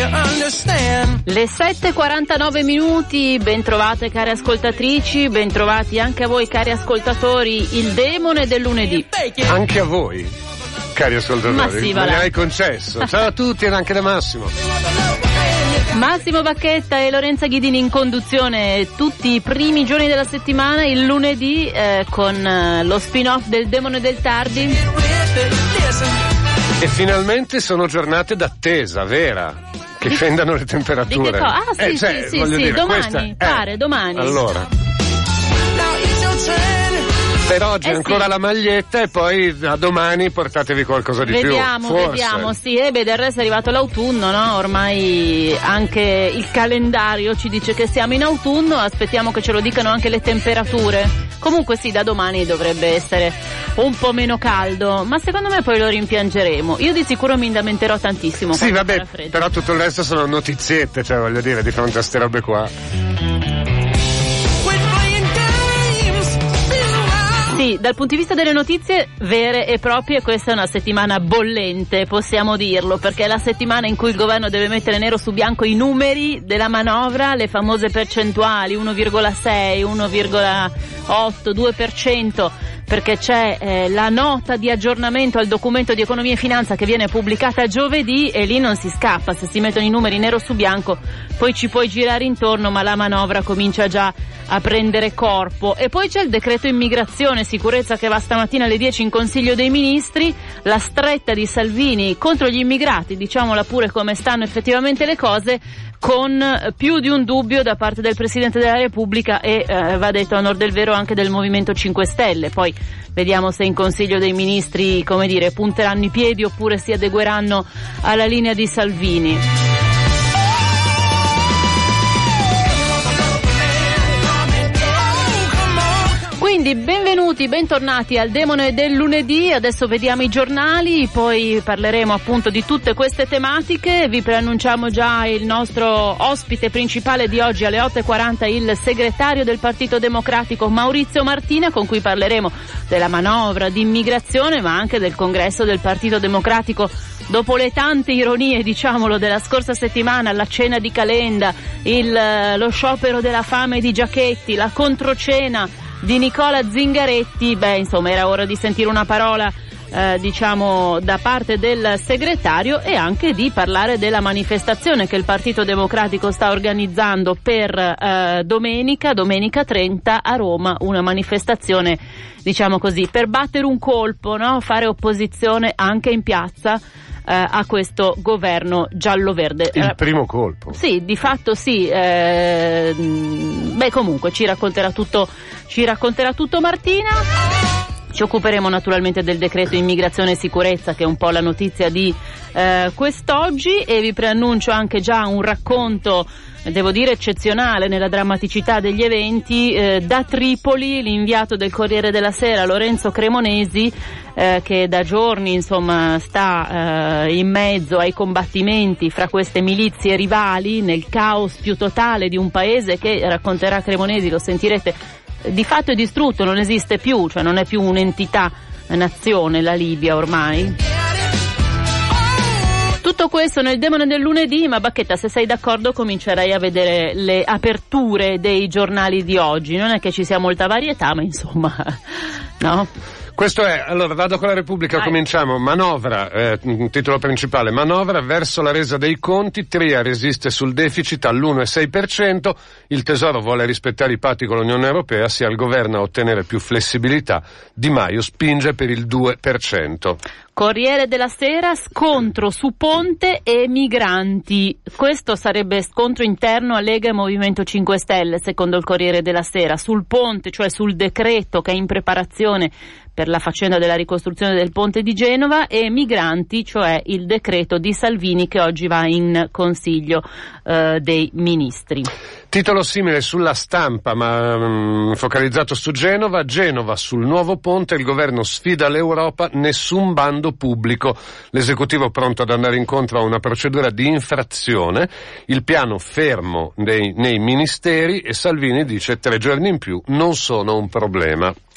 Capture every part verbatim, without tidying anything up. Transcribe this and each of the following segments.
Le sette e quarantanove minuti, ben trovate cari ascoltatrici, ben trovati anche a voi cari ascoltatori, il demone del lunedì. Anche a voi, cari ascoltatori, Ma sì, me l'hai concesso. Ciao a tutti ed anche da Massimo. Massimo Bacchetta e Lorenza Ghidini in conduzione tutti i primi giorni della settimana, il lunedì eh, con eh, lo spin-off del demone del tardi. E finalmente sono giornate d'attesa, vera, che scendano le temperature. Ah sì, eh, cioè, sì, sì, voglio sì, dire, domani, questa, pare, eh, domani. Allora. Per oggi eh ancora sì. la maglietta e poi a domani portatevi qualcosa di vediamo, più. Vediamo, vediamo, sì, e beh, del resto è arrivato l'autunno, no? Ormai anche il calendario ci dice che siamo in autunno, aspettiamo che ce lo dicano anche le temperature. Comunque sì, da domani dovrebbe essere un po' meno caldo, ma secondo me poi lo rimpiangeremo. Io di sicuro mi lamenterò tantissimo. Sì, vabbè, però tutto il resto sono notiziette, cioè voglio dire, di fronte a ste robe qua. Sì, dal punto di vista delle notizie vere e proprie, questa è una settimana bollente, possiamo dirlo, perché è la settimana in cui il governo deve mettere nero su bianco i numeri della manovra, le famose percentuali, uno virgola sei, uno virgola otto, due per cento, perché c'è eh, la nota di aggiornamento al documento di economia e finanza che viene pubblicata giovedì e lì non si scappa, se si mettono i numeri nero su bianco poi ci puoi girare intorno, ma la manovra comincia già a prendere corpo. E poi c'è il decreto immigrazione sicurezza che va stamattina alle dieci in Consiglio dei Ministri, la stretta di Salvini contro gli immigrati, diciamola pure come stanno effettivamente le cose, con più di un dubbio da parte del Presidente della Repubblica e eh, va detto a onor del vero anche del Movimento cinque Stelle. Poi vediamo se in Consiglio dei Ministri, come dire, punteranno i piedi oppure si adegueranno alla linea di Salvini. Quindi benvenuti, bentornati al demone del lunedì, adesso vediamo i giornali, poi parleremo appunto di tutte queste tematiche, vi preannunciamo già il nostro ospite principale di oggi alle otto e quaranta, il segretario del Partito Democratico Maurizio Martina, con cui parleremo della manovra di immigrazione ma anche del congresso del Partito Democratico. Dopo le tante ironie, diciamolo, della scorsa settimana, la cena di Calenda, il, lo sciopero della fame di Giachetti, la controcena di Nicola Zingaretti, beh insomma era ora di sentire una parola eh, diciamo da parte del segretario e anche di parlare della manifestazione che il Partito Democratico sta organizzando per eh, domenica, domenica trenta a Roma, una manifestazione diciamo così per battere un colpo, no? Fare opposizione anche in piazza Uh, a questo governo giallo-verde. Il primo colpo. Sì, di fatto sì. Eh, beh, comunque ci racconterà tutto, ci racconterà tutto Martina. Ci occuperemo naturalmente del decreto immigrazione e sicurezza, che è un po' la notizia di eh, quest'oggi, e vi preannuncio anche già un racconto, devo dire eccezionale nella drammaticità degli eventi, eh, da Tripoli, l'inviato del Corriere della Sera Lorenzo Cremonesi, eh, che da giorni insomma sta eh, in mezzo ai combattimenti fra queste milizie rivali, nel caos più totale di un paese che, racconterà Cremonesi, lo sentirete, di fatto è distrutto, non esiste più, cioè non è più un'entità nazione la Libia ormai. Tutto questo nel demone del lunedì, ma Bacchetta, se sei d'accordo comincerei a vedere le aperture dei giornali di oggi. Non è che ci sia molta varietà, ma insomma, no? Questo è, allora vado con la Repubblica, Vai. Cominciamo, manovra, eh, titolo principale, manovra verso la resa dei conti, Tria resiste sul deficit all'uno virgola sei per cento, il Tesoro vuole rispettare i patti con l'Unione Europea, sia il governo a ottenere più flessibilità, Di Maio spinge per il due per cento. Corriere della Sera, scontro su Ponte e migranti. Questo sarebbe scontro interno a Lega e Movimento cinque Stelle, secondo il Corriere della Sera. Sul ponte, cioè sul decreto che è in preparazione per la faccenda della ricostruzione del ponte di Genova, e migranti, cioè il decreto di Salvini che oggi va in Consiglio eh, dei Ministri. Titolo simile sulla Stampa, ma mh, focalizzato su Genova. Genova sul nuovo ponte, il governo sfida l'Europa, nessun bando pubblico. L'esecutivo pronto ad andare incontro a una procedura di infrazione, il piano fermo nei, nei ministeri, e Salvini dice tre giorni in più non sono un problema.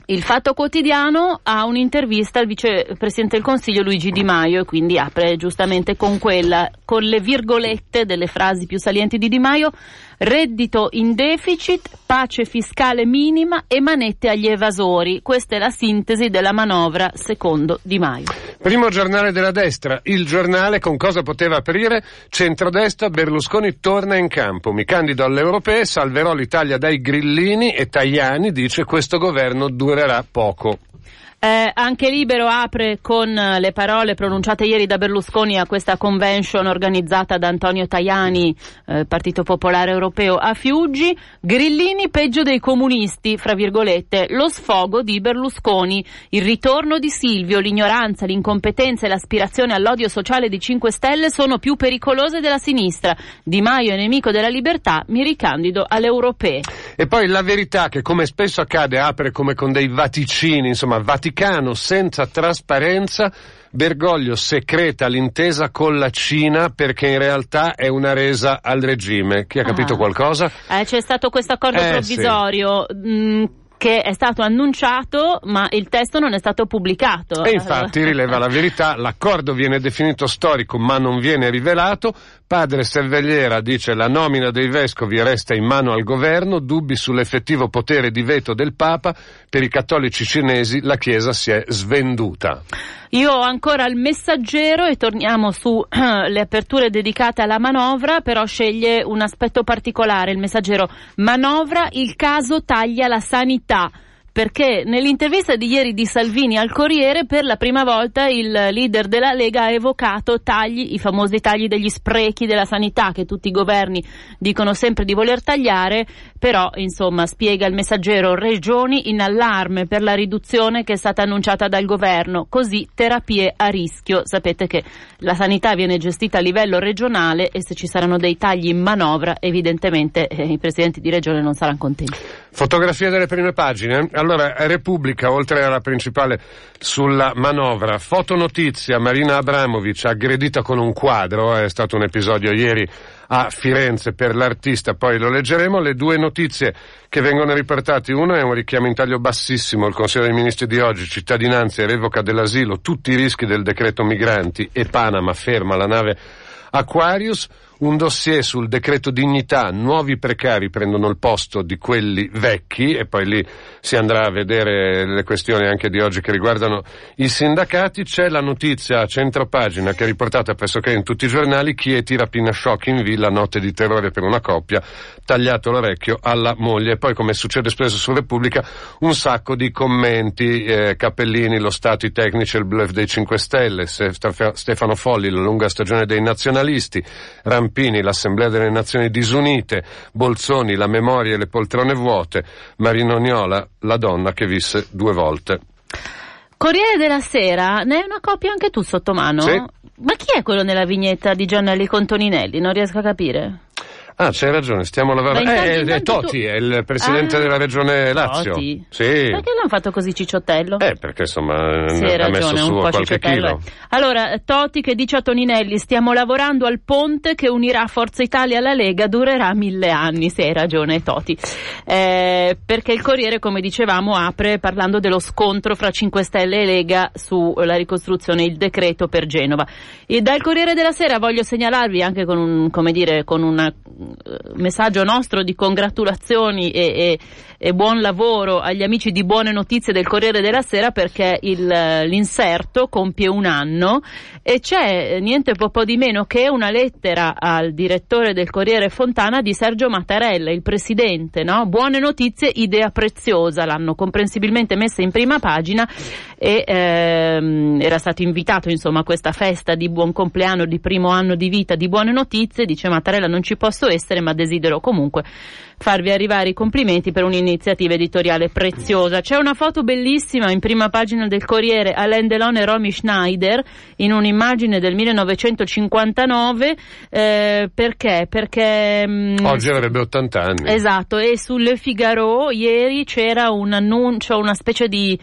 Il Fatto Quotidiano ha un'intervista al vicepresidente del Consiglio Luigi Di Maio e quindi apre giustamente con quella, con le virgolette delle frasi più salienti di Di Maio: reddito in deficit, pace fiscale minima e manette agli evasori. Questa è la sintesi della manovra secondo Di Maio. Primo giornale della destra, Il Giornale, con cosa poteva aprire? Centrodestra, Berlusconi torna in campo, mi candido alle europee, salverò l'Italia dai grillini e Tajani dice questo governo durerà poco. Eh, anche Libero apre con le parole pronunciate ieri da Berlusconi a questa convention organizzata da Antonio Tajani, eh, Partito Popolare Europeo, a Fiuggi. Grillini peggio dei comunisti, fra virgolette, lo sfogo di Berlusconi, il ritorno di Silvio, l'ignoranza, l'incompetenza e l'aspirazione all'odio sociale di cinque Stelle sono più pericolose della sinistra. Di Maio è nemico della libertà, mi ricandido alle europee. E poi La Verità, che come spesso accade apre come con dei vaticini, insomma, Vaticano senza trasparenza, Bergoglio secreta l'intesa con la Cina perché in realtà è una resa al regime. Chi ha capito ah. qualcosa? Eh, c'è stato questo accordo eh, provvisorio sì. mh, che è stato annunciato, ma il testo non è stato pubblicato. E infatti, rileva La Verità, l'accordo viene definito storico ma non viene rivelato. Padre Cervellera dice la nomina dei vescovi resta in mano al governo, dubbi sull'effettivo potere di veto del Papa, per i cattolici cinesi la Chiesa si è svenduta. Io ho ancora Il Messaggero e torniamo su uh, le aperture dedicate alla manovra, però sceglie un aspetto particolare. Il Messaggero: manovra, il caso taglia la sanità. Perché nell'intervista di ieri di Salvini al Corriere, per la prima volta il leader della Lega ha evocato tagli, i famosi tagli degli sprechi della sanità che tutti i governi dicono sempre di voler tagliare, però insomma spiega Il Messaggero: regioni in allarme per la riduzione che è stata annunciata dal governo, così terapie a rischio. Sapete che la sanità viene gestita a livello regionale e se ci saranno dei tagli in manovra evidentemente eh, i presidenti di regione non saranno contenti. Fotografia delle prime pagine. Allora, Repubblica, oltre alla principale sulla manovra, fotonotizia, Marina Abramovic aggredita con un quadro, è stato un episodio ieri a Firenze per l'artista, poi lo leggeremo. Le due notizie che vengono riportate, una è un richiamo in taglio bassissimo, il Consiglio dei Ministri di oggi, cittadinanza e revoca dell'asilo, tutti i rischi del decreto migranti e Panama ferma la nave Aquarius. Un dossier sul decreto dignità, nuovi precari prendono il posto di quelli vecchi, e poi lì si andrà a vedere le questioni anche di oggi che riguardano i sindacati. C'è la notizia a centropagina che è riportata pressoché in tutti i giornali: Chieti, rapina shock in villa, notte di terrore per una coppia, tagliato l'orecchio alla moglie. E poi, come succede spesso su Repubblica, un sacco di commenti, eh, Cappellini, lo Stato, i tecnici, il bluff dei cinque Stelle, Stefano Folli, la lunga stagione dei nazionalisti, Rampini, l'Assemblea delle Nazioni Disunite, Bolzoni, la memoria e le poltrone vuote, Marino Niola, la donna che visse due volte. Corriere della Sera, ne hai una copia anche tu sotto mano? Sì. Ma chi è quello nella vignetta di Giannelli con Toninelli? Non riesco a capire. Ah, c'hai ragione, stiamo lavorando. Intanto, eh, intanto è Toti, tu... è il presidente ah, della regione Lazio. Toti? Sì. Perché l'hanno fatto così cicciottello? Eh, perché insomma sì, ha ragione, messo su un po' qualche chilo. Eh. Allora, Toti che dice a Toninelli: stiamo lavorando al ponte che unirà Forza Italia alla Lega, durerà mille anni. Sì, hai ragione, Toti. Eh, perché il Corriere, come dicevamo, apre parlando dello scontro fra cinque Stelle e Lega sulla ricostruzione, il decreto per Genova. E dal Corriere della Sera voglio segnalarvi anche con un, come dire, con un uh, messaggio nostro di congratulazioni e, e, e buon lavoro agli amici di Buone Notizie del Corriere della Sera, perché il, l'inserto compie un anno e c'è niente po' di meno che una lettera al direttore del Corriere Fontana di Sergio Mattarella, il presidente, no? Buone Notizie, idea preziosa, l'hanno comprensibilmente messa in prima pagina e ehm, era stato invitato insomma a questa festa di buon compleanno di primo anno di vita di Buone Notizie. Dice Mattarella: non ci posso essere, ma desidero comunque farvi arrivare i complimenti per un'iniziativa editoriale preziosa. C'è una foto bellissima in prima pagina del Corriere, Alain Delon e Romy Schneider in un'immagine del millenovecentocinquantanove, eh, perché? Perché mh, oggi avrebbe ottanta anni. Esatto, e sul Le Figaro ieri c'era un annuncio, una specie di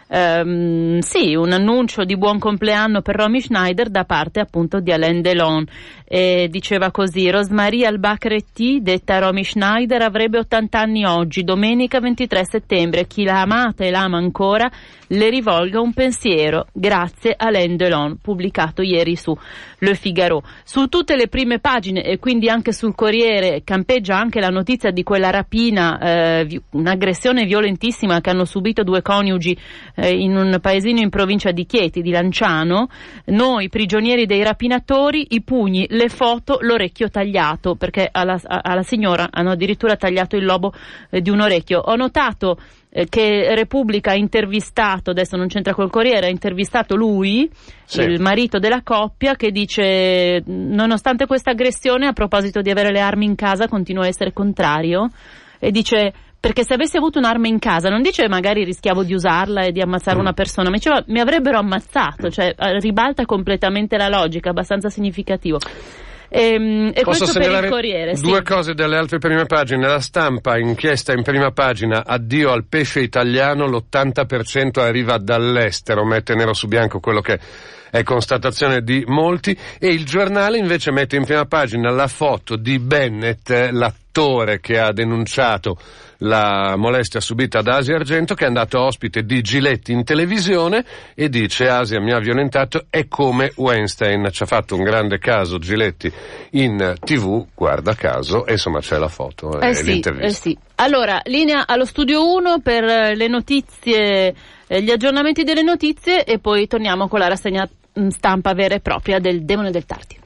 ehm, sì, un annuncio di buon compleanno per Romy Schneider da parte appunto di Alain Delon. E diceva così: Rosemarie Al-Bakretti, detta Romy Schneider, avrebbe ottanta anni oggi, domenica ventitré settembre. Chi l'ha amata e l'ama ancora le rivolga un pensiero. Grazie Alain Delon, pubblicato ieri su Le Figaro. Su tutte le prime pagine e quindi anche sul Corriere campeggia anche la notizia di quella rapina, eh, un'aggressione violentissima che hanno subito due coniugi eh, in un paesino in provincia di Chieti, di Lanciano. Noi prigionieri dei rapinatori, i pugni, le foto, l'orecchio tagliato, perché alla, alla signora hanno addirittura tagliato il lobo eh, di un orecchio. Ho notato eh, che Repubblica ha intervistato, adesso non c'entra col Corriere, ha intervistato lui, sì, il marito della coppia, che dice: nonostante questa aggressione, a proposito di avere le armi in casa, continua a essere contrario, e dice: perché se avessi avuto un'arma in casa, non dice magari rischiavo di usarla e di ammazzare una persona, ma diceva mi avrebbero ammazzato, cioè ribalta completamente la logica, abbastanza significativo. E, e Posso questo per il segnalare Corriere, due sì. cose delle altre prime pagine. La Stampa, inchiesta in prima pagina, addio al pesce italiano, l'ottanta per cento arriva dall'estero, mette nero su bianco quello che è constatazione di molti. E il Giornale invece mette in prima pagina la foto di Bennett, l'attore che ha denunciato la molestia subita da Asia Argento, che è andato ospite di Giletti in televisione e dice: Asia mi ha violentato, è come Weinstein. Ci ha fatto un grande caso Giletti in tv, guarda caso, e insomma c'è la foto eh e sì, l'intervista. Eh sì. Allora, linea allo studio uno per le notizie, eh, gli aggiornamenti delle notizie, e poi torniamo con la rassegna stampa vera e propria del Demone del Tardi.